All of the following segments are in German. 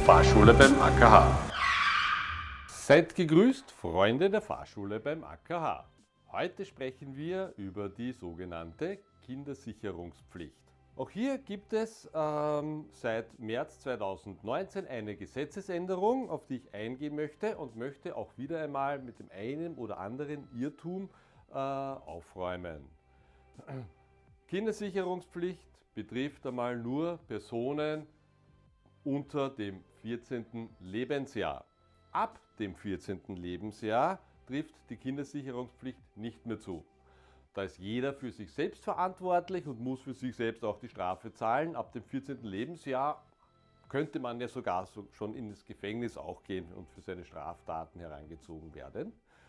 Fahrschule beim AKH. Seid gegrüßt, Freunde der Fahrschule beim AKH. Heute sprechen wir über die sogenannte Kindersicherungspflicht. Auch hier gibt es seit März 2019 eine Gesetzesänderung, auf die ich eingehen möchte und möchte auch wieder einmal mit dem einen oder anderen Irrtum aufräumen. Kindersicherungspflicht betrifft einmal nur Personen unter dem 14. Lebensjahr. Ab dem 14. Lebensjahr trifft die Kindersicherungspflicht nicht mehr zu. Da ist jeder für sich selbst verantwortlich und muss für sich selbst auch die Strafe zahlen. Ab dem 14. Lebensjahr könnte man ja sogar schon in das Gefängnis auch gehen und für seine Straftaten herangezogen werden.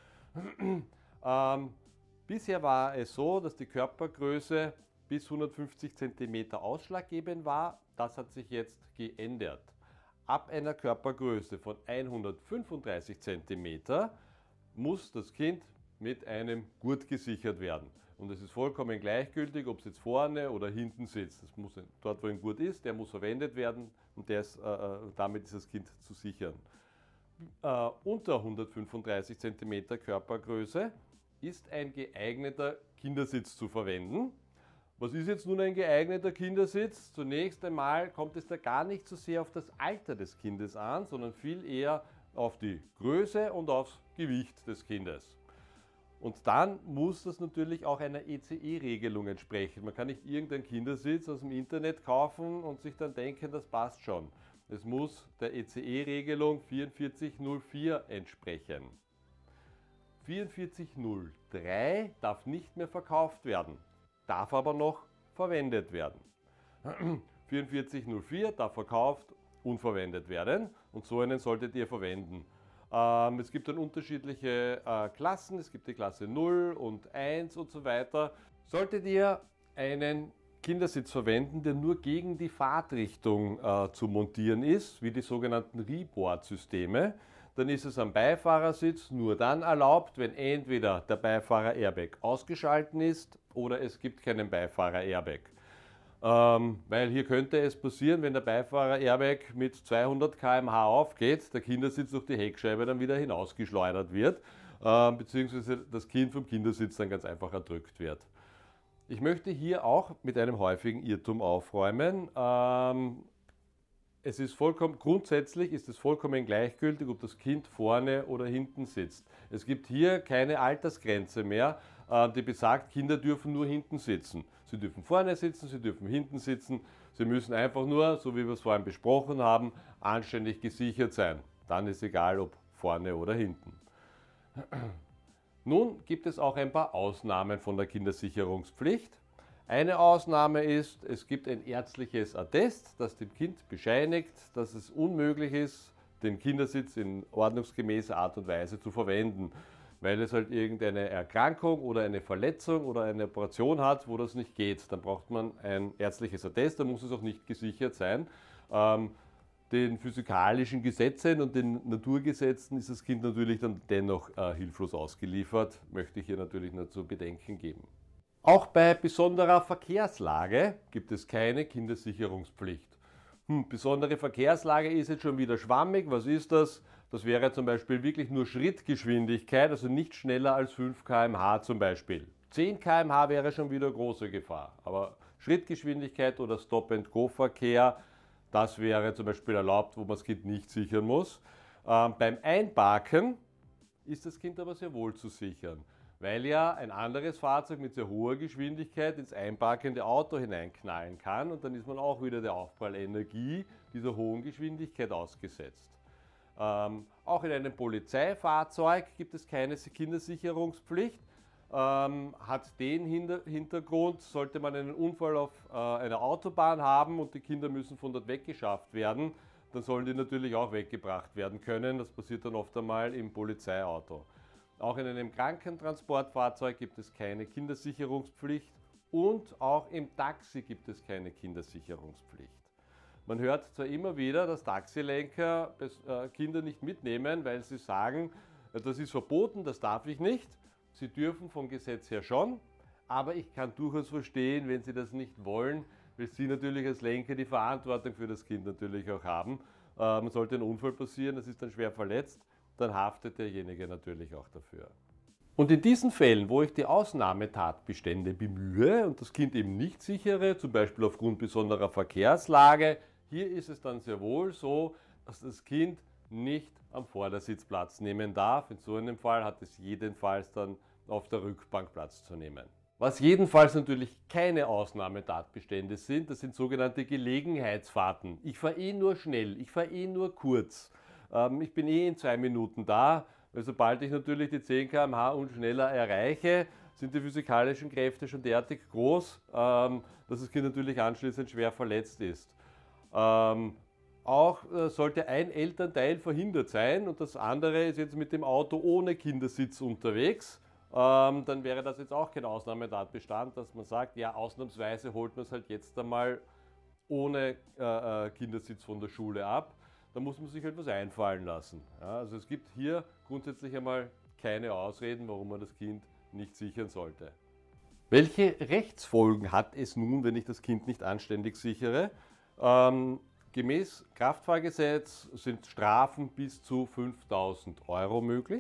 Bisher war es so, dass die Körpergröße bis 150 cm ausschlaggebend war. Das hat sich jetzt geändert. Ab einer Körpergröße von 135 cm muss das Kind mit einem Gurt gesichert werden. Und es ist vollkommen gleichgültig, ob es jetzt vorne oder hinten sitzt. Das muss, dort, wo ein Gurt ist, der muss verwendet werden und damit ist das Kind zu sichern. Unter 135 cm Körpergröße ist ein geeigneter Kindersitz zu verwenden. Was ist jetzt nun ein geeigneter Kindersitz? Zunächst einmal kommt es da gar nicht so sehr auf das Alter des Kindes an, sondern viel eher auf die Größe und aufs Gewicht des Kindes. Und dann muss das natürlich auch einer ECE-Regelung entsprechen. Man kann nicht irgendeinen Kindersitz aus dem Internet kaufen und sich dann denken, das passt schon. Es muss der ECE-Regelung 4404 entsprechen. 4403 darf nicht mehr verkauft werden, darf aber noch verwendet werden. 4404 darf verkauft und verwendet werden und so einen solltet ihr verwenden. Es gibt dann unterschiedliche Klassen, es gibt die Klasse 0 und 1 und so weiter. Solltet ihr einen Kindersitz verwenden, der nur gegen die Fahrtrichtung zu montieren ist, wie die sogenannten Reboard-Systeme, dann ist es am Beifahrersitz nur dann erlaubt, wenn entweder der Beifahrer-Airbag ausgeschaltet ist oder es gibt keinen Beifahrer-Airbag. Weil hier könnte es passieren, wenn der Beifahrer-Airbag mit 200 km/h aufgeht, der Kindersitz durch die Heckscheibe dann wieder hinausgeschleudert wird, beziehungsweise das Kind vom Kindersitz dann ganz einfach erdrückt wird. Ich möchte hier auch mit einem häufigen Irrtum aufräumen. Grundsätzlich ist es vollkommen gleichgültig, ob das Kind vorne oder hinten sitzt. Es gibt hier keine Altersgrenze mehr, die besagt, Kinder dürfen nur hinten sitzen. Sie dürfen vorne sitzen, sie dürfen hinten sitzen. Sie müssen einfach nur, so wie wir es vorhin besprochen haben, anständig gesichert sein. Dann ist egal, ob vorne oder hinten. Nun gibt es auch ein paar Ausnahmen von der Kindersicherungspflicht. Eine Ausnahme ist, es gibt ein ärztliches Attest, das dem Kind bescheinigt, dass es unmöglich ist, den Kindersitz in ordnungsgemäßer Art und Weise zu verwenden, weil es halt irgendeine Erkrankung oder eine Verletzung oder eine Operation hat, wo das nicht geht. Dann braucht man ein ärztliches Attest, dann muss es auch nicht gesichert sein. Den physikalischen Gesetzen und den Naturgesetzen ist das Kind natürlich dann dennoch hilflos ausgeliefert, möchte ich hier natürlich nur zu bedenken geben. Auch bei besonderer Verkehrslage gibt es keine Kindersicherungspflicht. Besondere Verkehrslage ist jetzt schon wieder schwammig. Was ist das? Das wäre zum Beispiel wirklich nur Schrittgeschwindigkeit, also nicht schneller als 5 km/h zum Beispiel. 10 km/h wäre schon wieder große Gefahr. Aber Schrittgeschwindigkeit oder Stop-and-Go-Verkehr, das wäre zum Beispiel erlaubt, wo man das Kind nicht sichern muss. Beim Einparken ist das Kind aber sehr wohl zu sichern, weil ja ein anderes Fahrzeug mit sehr hoher Geschwindigkeit ins einparkende Auto hineinknallen kann und dann ist man auch wieder der Aufprallenergie dieser hohen Geschwindigkeit ausgesetzt. Auch in einem Polizeifahrzeug gibt es keine Kindersicherungspflicht. Hat den Hintergrund, sollte man einen Unfall auf einer Autobahn haben und die Kinder müssen von dort weggeschafft werden, dann sollen die natürlich auch weggebracht werden können. Das passiert dann oft einmal im Polizeiauto. Auch in einem Krankentransportfahrzeug gibt es keine Kindersicherungspflicht und auch im Taxi gibt es keine Kindersicherungspflicht. Man hört zwar immer wieder, dass Taxilenker Kinder nicht mitnehmen, weil sie sagen, das ist verboten, das darf ich nicht. Sie dürfen vom Gesetz her schon, aber ich kann durchaus verstehen, wenn sie das nicht wollen, weil sie natürlich als Lenker die Verantwortung für das Kind natürlich auch haben. sollte ein Unfall passieren, es ist dann schwer verletzt, dann haftet derjenige natürlich auch dafür. Und in diesen Fällen, wo ich die Ausnahmetatbestände bemühe und das Kind eben nicht sichere, zum Beispiel aufgrund besonderer Verkehrslage, hier ist es dann sehr wohl so, dass das Kind nicht am Vordersitz Platz nehmen darf. In so einem Fall hat es jedenfalls dann auf der Rückbank Platz zu nehmen. Was jedenfalls natürlich keine Ausnahmetatbestände sind, das sind sogenannte Gelegenheitsfahrten. Ich fahre eh nur schnell, ich fahre eh nur kurz, ich bin eh in 2 Minuten da. Weil sobald ich natürlich die 10 km/h und schneller erreiche, sind die physikalischen Kräfte schon derartig groß, dass das Kind natürlich anschließend schwer verletzt ist. Auch sollte ein Elternteil verhindert sein und das andere ist jetzt mit dem Auto ohne Kindersitz unterwegs, dann wäre das jetzt auch kein Ausnahmetatbestand, dass man sagt, ja, ausnahmsweise holt man es halt jetzt einmal ohne Kindersitz von der Schule ab. Da muss man sich etwas einfallen lassen. Ja, also es gibt hier grundsätzlich einmal keine Ausreden, warum man das Kind nicht sichern sollte. Welche Rechtsfolgen hat es nun, wenn ich das Kind nicht anständig sichere? Gemäß Kraftfahrgesetz sind Strafen bis zu 5.000 € möglich.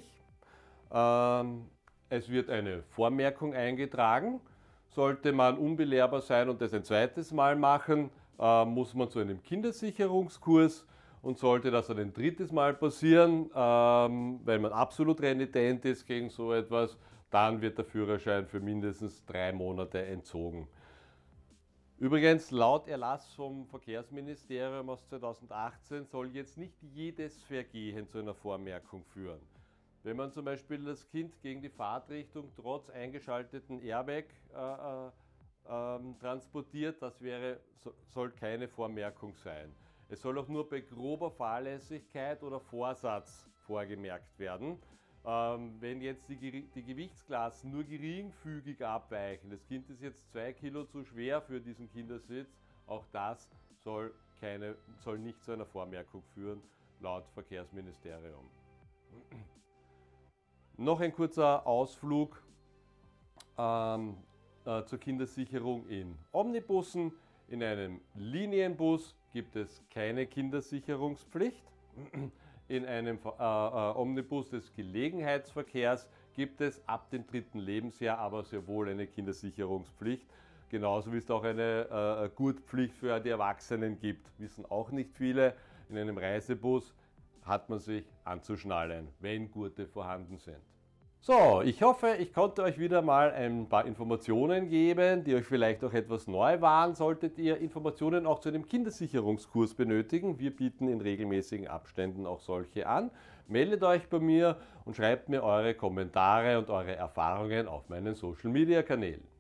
Es wird eine Vormerkung eingetragen. Sollte man unbelehrbar sein und das ein zweites Mal machen, muss man zu einem Kindersicherungskurs. Und sollte das dann ein drittes Mal passieren, weil man absolut renitent ist gegen so etwas, dann wird der Führerschein für mindestens 3 Monate entzogen. Übrigens, laut Erlass vom Verkehrsministerium aus 2018 soll jetzt nicht jedes Vergehen zu einer Vormerkung führen. Wenn man zum Beispiel das Kind gegen die Fahrtrichtung trotz eingeschalteten Airbag transportiert, das soll keine Vormerkung sein. Es soll auch nur bei grober Fahrlässigkeit oder Vorsatz vorgemerkt werden. Wenn jetzt die Gewichtsklassen nur geringfügig abweichen, das Kind ist jetzt 2 Kilo zu schwer für diesen Kindersitz, auch das soll nicht zu einer Vormerkung führen, laut Verkehrsministerium. Noch ein kurzer Ausflug zur Kindersicherung in Omnibussen. In einem Linienbus gibt es keine Kindersicherungspflicht. In einem Omnibus des Gelegenheitsverkehrs gibt es ab dem 3. Lebensjahr aber sehr wohl eine Kindersicherungspflicht. Genauso wie es auch eine Gurtpflicht für die Erwachsenen gibt. Wissen auch nicht viele. In einem Reisebus hat man sich anzuschnallen, wenn Gurte vorhanden sind. So, ich hoffe, ich konnte euch wieder mal ein paar Informationen geben, die euch vielleicht auch etwas neu waren. Solltet ihr Informationen auch zu einem Kindersicherungskurs benötigen, wir bieten in regelmäßigen Abständen auch solche an. Meldet euch bei mir und schreibt mir eure Kommentare und eure Erfahrungen auf meinen Social-Media-Kanälen.